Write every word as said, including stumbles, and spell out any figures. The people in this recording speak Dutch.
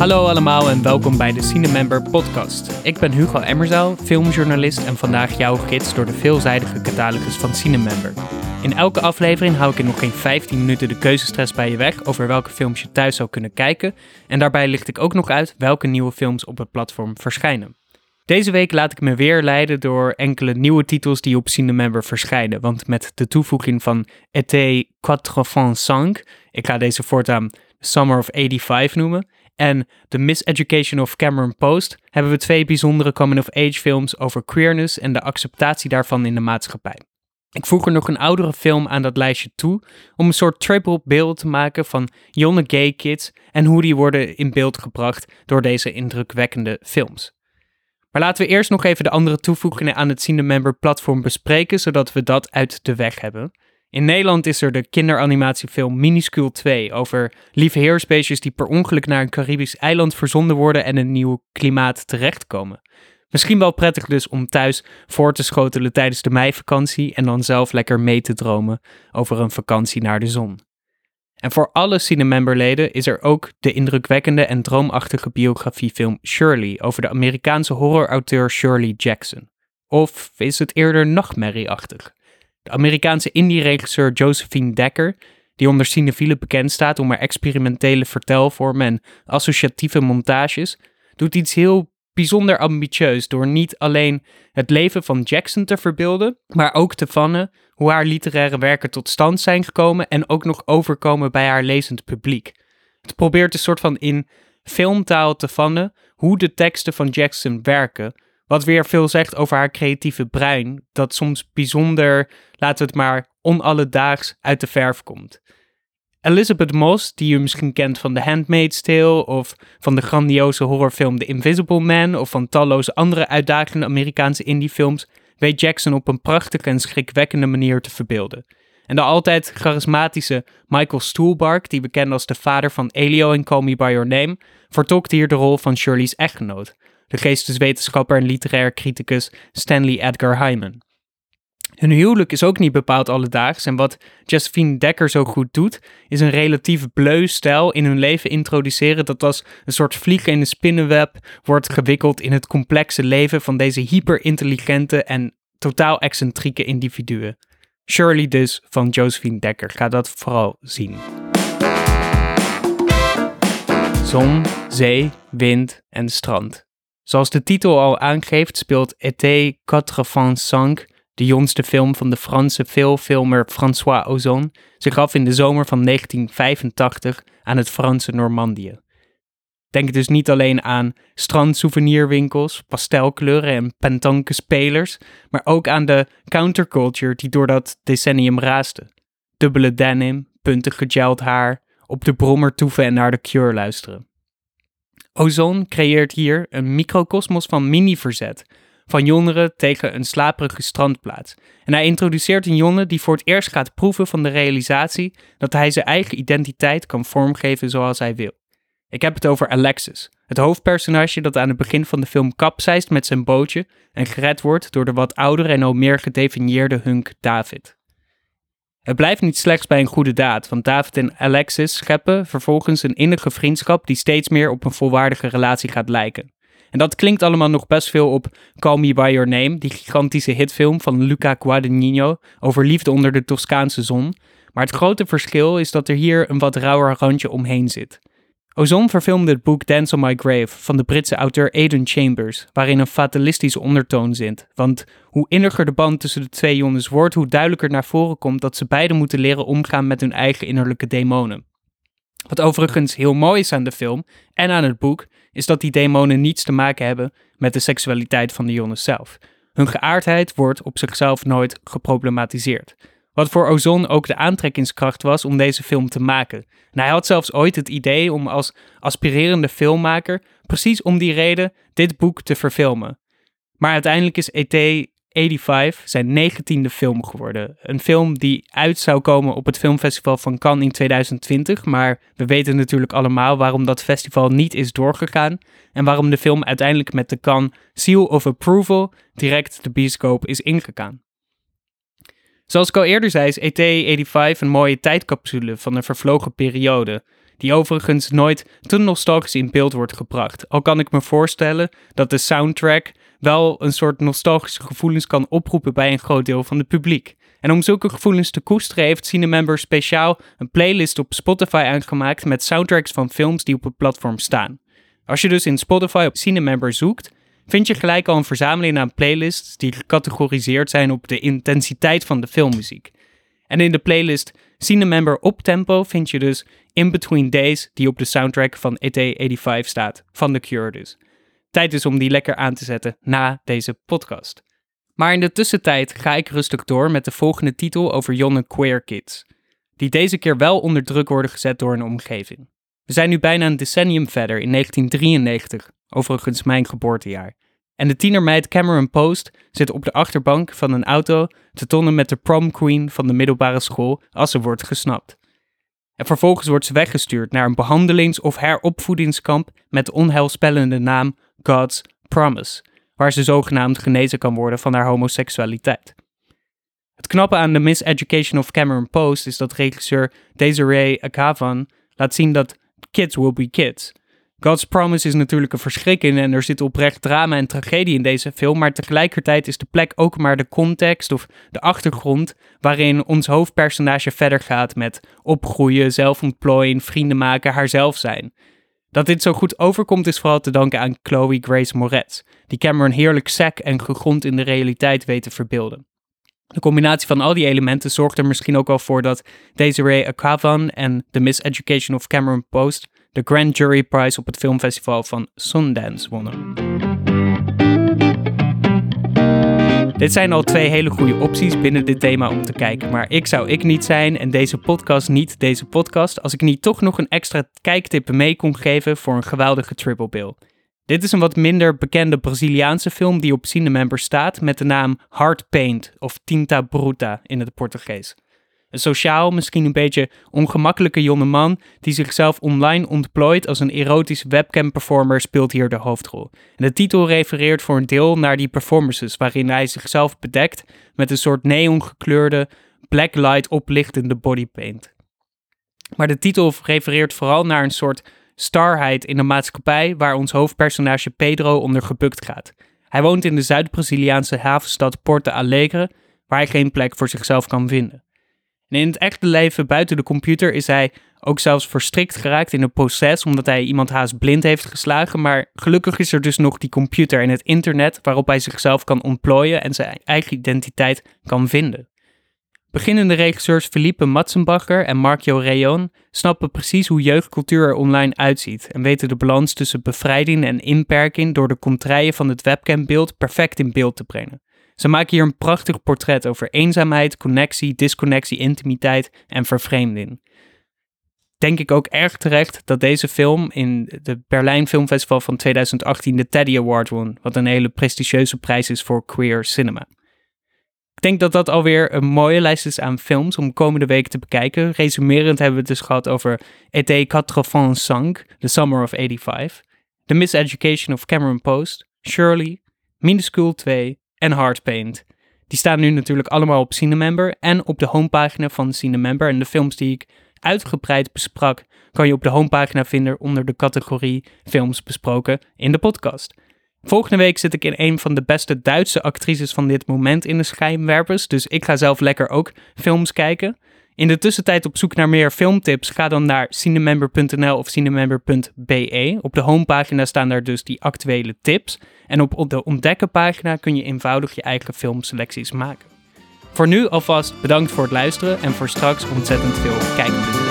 Hallo allemaal en welkom bij de Cinemember podcast. Ik ben Hugo Emmerzaal, filmjournalist en vandaag jouw gids door de veelzijdige catalogus van Cinemember. In elke aflevering hou ik in nog geen vijftien minuten de keuzestress bij je weg over welke films je thuis zou kunnen kijken. En daarbij licht ik ook nog uit welke nieuwe films op het platform verschijnen. Deze week laat ik me weer leiden door enkele nieuwe titels die op Cinemember verschijnen. Want met de toevoeging van Été quatre-vingt-cinq, ik ga deze voortaan Summer of eenennegentig noemen, en The Miseducation of Cameron Post, hebben we twee bijzondere coming-of-age films over queerness en de acceptatie daarvan in de maatschappij. Ik voeg er nog een oudere film aan dat lijstje toe, om een soort triple beeld te maken van jonge gay kids en hoe die worden in beeld gebracht door deze indrukwekkende films. Maar laten we eerst nog even de andere toevoegingen aan het Cinemember platform bespreken, zodat we dat uit de weg hebben. In Nederland is er de kinderanimatiefilm Minuscule twee over lieve heersbeestjes die per ongeluk naar een Caribisch eiland verzonden worden en een nieuw klimaat terechtkomen. Misschien wel prettig dus om thuis voor te schotelen tijdens de meivakantie en dan zelf lekker mee te dromen over een vakantie naar de zon. En voor alle Cinemember-leden is er ook de indrukwekkende en droomachtige biografiefilm Shirley over de Amerikaanse horrorauteur Shirley Jackson. Of is het eerder nachtmerrieachtig? De Amerikaanse indie-regisseur Josephine Decker, die onder cinefielen bekend staat om haar experimentele vertelvormen en associatieve montages, doet iets heel bijzonder ambitieus door niet alleen het leven van Jackson te verbeelden, maar ook te vannen hoe haar literaire werken tot stand zijn gekomen en ook nog overkomen bij haar lezend publiek. Het probeert een soort van in filmtaal te vannen hoe de teksten van Jackson werken, wat weer veel zegt over haar creatieve brein, dat soms bijzonder, laten we het maar, onalledaags uit de verf komt. Elisabeth Moss, die u misschien kent van The Handmaid's Tale of van de grandioze horrorfilm The Invisible Man of van talloze andere uitdagende Amerikaanse indiefilms, weet Jackson op een prachtige en schrikwekkende manier te verbeelden. En de altijd charismatische Michael Stuhlbarg, die we kennen als de vader van Elio in Call Me By Your Name, vertolkt hier de rol van Shirley's echtgenoot, de geesteswetenschapper en literair criticus Stanley Edgar Hyman. Hun huwelijk is ook niet bepaald alledaags en wat Josephine Decker zo goed doet, is een relatief bleu stijl in hun leven introduceren dat als een soort vliegen in een spinnenweb wordt gewikkeld in het complexe leven van deze hyperintelligente en totaal excentrieke individuen. Shirley dus van Josephine Decker, ga dat vooral zien. Zon, zee, wind en strand. Zoals de titel al aangeeft speelt Été quatre-vingt-cinq, de jongste film van de Franse veelfilmer François Ozon, zich af in de zomer van negentien vijfentachtig aan het Franse Normandië. Denk dus niet alleen aan strandsouvenirwinkels, pastelkleuren en pentanque spelers, maar ook aan de counterculture die door dat decennium raasde. Dubbele denim, puntig gegeld haar, op de brommer toeven en naar de Cure luisteren. Ozon creëert hier een microcosmos van mini-verzet, van jongeren tegen een slaperige strandplaats. En hij introduceert een jongen die voor het eerst gaat proeven van de realisatie dat hij zijn eigen identiteit kan vormgeven zoals hij wil. Ik heb het over Alexis, het hoofdpersonage dat aan het begin van de film kapseist met zijn bootje en gered wordt door de wat oudere en al meer gedefinieerde hunk David. Het blijft niet slechts bij een goede daad, want David en Alexis scheppen vervolgens een innige vriendschap die steeds meer op een volwaardige relatie gaat lijken. En dat klinkt allemaal nog best veel op Call Me By Your Name, die gigantische hitfilm van Luca Guadagnino over liefde onder de Toscaanse zon. Maar het grote verschil is dat er hier een wat rauwer randje omheen zit. Ozon verfilmde het boek Dance on My Grave van de Britse auteur Aidan Chambers, waarin een fatalistische ondertoon zit. Want hoe inniger de band tussen de twee jongens wordt, hoe duidelijker naar voren komt dat ze beiden moeten leren omgaan met hun eigen innerlijke demonen. Wat overigens heel mooi is aan de film en aan het boek, is dat die demonen niets te maken hebben met de seksualiteit van de jongens zelf. Hun geaardheid wordt op zichzelf nooit geproblematiseerd. Wat voor Ozon ook de aantrekkingskracht was om deze film te maken. En hij had zelfs ooit het idee om als aspirerende filmmaker, precies om die reden, dit boek te verfilmen. Maar uiteindelijk is Été eenennegentig zijn negentiende film geworden. Een film die uit zou komen op het filmfestival van Cannes in tweeduizend twintig, maar we weten natuurlijk allemaal waarom dat festival niet is doorgegaan en waarom de film uiteindelijk met de Cannes Seal of Approval direct de bioscoop is ingegaan. Zoals ik al eerder zei is Été eenennegentig een mooie tijdcapsule van een vervlogen periode, die overigens nooit te nostalgisch in beeld wordt gebracht. Al kan ik me voorstellen dat de soundtrack wel een soort nostalgische gevoelens kan oproepen bij een groot deel van het publiek. En om zulke gevoelens te koesteren heeft Cinemember speciaal een playlist op Spotify aangemaakt met soundtracks van films die op het platform staan. Als je dus in Spotify op Cinemember zoekt, vind je gelijk al een verzameling aan playlists die gecategoriseerd zijn op de intensiteit van de filmmuziek. En in de playlist Cinemember op tempo vind je dus In Between Days, die op de soundtrack van E T vijfennegentig staat, van The Cure dus. Tijd dus om die lekker aan te zetten na deze podcast. Maar in de tussentijd ga ik rustig door met de volgende titel over jonge queer kids, die deze keer wel onder druk worden gezet door hun omgeving. We zijn nu bijna een decennium verder, in negentien drieënnegentig, overigens mijn geboortejaar. En de tienermeid Cameron Post zit op de achterbank van een auto te tonnen met de prom queen van de middelbare school als ze wordt gesnapt. En vervolgens wordt ze weggestuurd naar een behandelings- of heropvoedingskamp met de onheilspellende naam God's Promise, waar ze zogenaamd genezen kan worden van haar homoseksualiteit. Het knappe aan de Miseducation of Cameron Post is dat regisseur Desiree Akhavan laat zien dat kids will be kids. God's Promise is natuurlijk een verschrikking en er zit oprecht drama en tragedie in deze film, maar tegelijkertijd is de plek ook maar de context of de achtergrond waarin ons hoofdpersonage verder gaat met opgroeien, zelfontplooien, vrienden maken, haarzelf zijn. Dat dit zo goed overkomt is vooral te danken aan Chloe Grace Moretz, die Cameron heerlijk sec en gegrond in de realiteit weet te verbeelden. De combinatie van al die elementen zorgt er misschien ook wel voor dat Desiree Akhavan en The Miseducation of Cameron Post de Grand Jury Prize op het filmfestival van Sundance wonnen. Dit zijn al twee hele goede opties binnen dit thema om te kijken, maar ik zou ik niet zijn en deze podcast niet deze podcast als ik niet toch nog een extra kijktip mee kon geven voor een geweldige triple bill. Dit is een wat minder bekende Braziliaanse film die op Cinemember staat met de naam Heart Paint of Tinta Bruta in het Portugees. Een sociaal, misschien een beetje ongemakkelijke jonge man die zichzelf online ontplooit als een erotische webcam performer speelt hier de hoofdrol. En de titel refereert voor een deel naar die performances waarin hij zichzelf bedekt met een soort neongekleurde, blacklight oplichtende bodypaint. Maar de titel refereert vooral naar een soort starheid in de maatschappij waar ons hoofdpersonage Pedro onder gebukt gaat. Hij woont in de Zuid-Braziliaanse havenstad Porto Alegre, waar hij geen plek voor zichzelf kan vinden. En in het echte leven buiten de computer is hij ook zelfs verstrikt geraakt in een proces omdat hij iemand haast blind heeft geslagen, maar gelukkig is er dus nog die computer en het internet waarop hij zichzelf kan ontplooien en zijn eigen identiteit kan vinden. Beginnende regisseurs Felipe Matzenbacher en Marcio Reyon snappen precies hoe jeugdcultuur er online uitziet en weten de balans tussen bevrijding en inperking door de contraien van het webcambeeld perfect in beeld te brengen. Ze maken hier een prachtig portret over eenzaamheid, connectie, disconnectie, intimiteit en vervreemding. Denk ik ook erg terecht dat deze film in de Berlijn Filmfestival van tweeduizend achttien de Teddy Award won, wat een hele prestigieuze prijs is voor queer cinema. Ik denk dat dat alweer een mooie lijst is aan films om komende week te bekijken. Resumerend hebben we het dus gehad over Été quatre-vingt-cinq, The Summer of eighty-five, The Miseducation of Cameron Post, Shirley, Minuscule twee en Heart Paint. Die staan nu natuurlijk allemaal op Cinemember en op de homepagina van Cinemember. En de films die ik uitgebreid besprak, kan je op de homepagina vinden onder de categorie films besproken in de podcast. Volgende week zit ik in een van de beste Duitse actrices van dit moment in de schijnwerpers, dus ik ga zelf lekker ook films kijken. In de tussentijd op zoek naar meer filmtips, ga dan naar cinemember punt n l of cinemember punt b e. Op de homepagina staan daar dus die actuele tips. En op de ontdekkenpagina kun je eenvoudig je eigen filmselecties maken. Voor nu alvast bedankt voor het luisteren en voor straks ontzettend veel kijkplezier.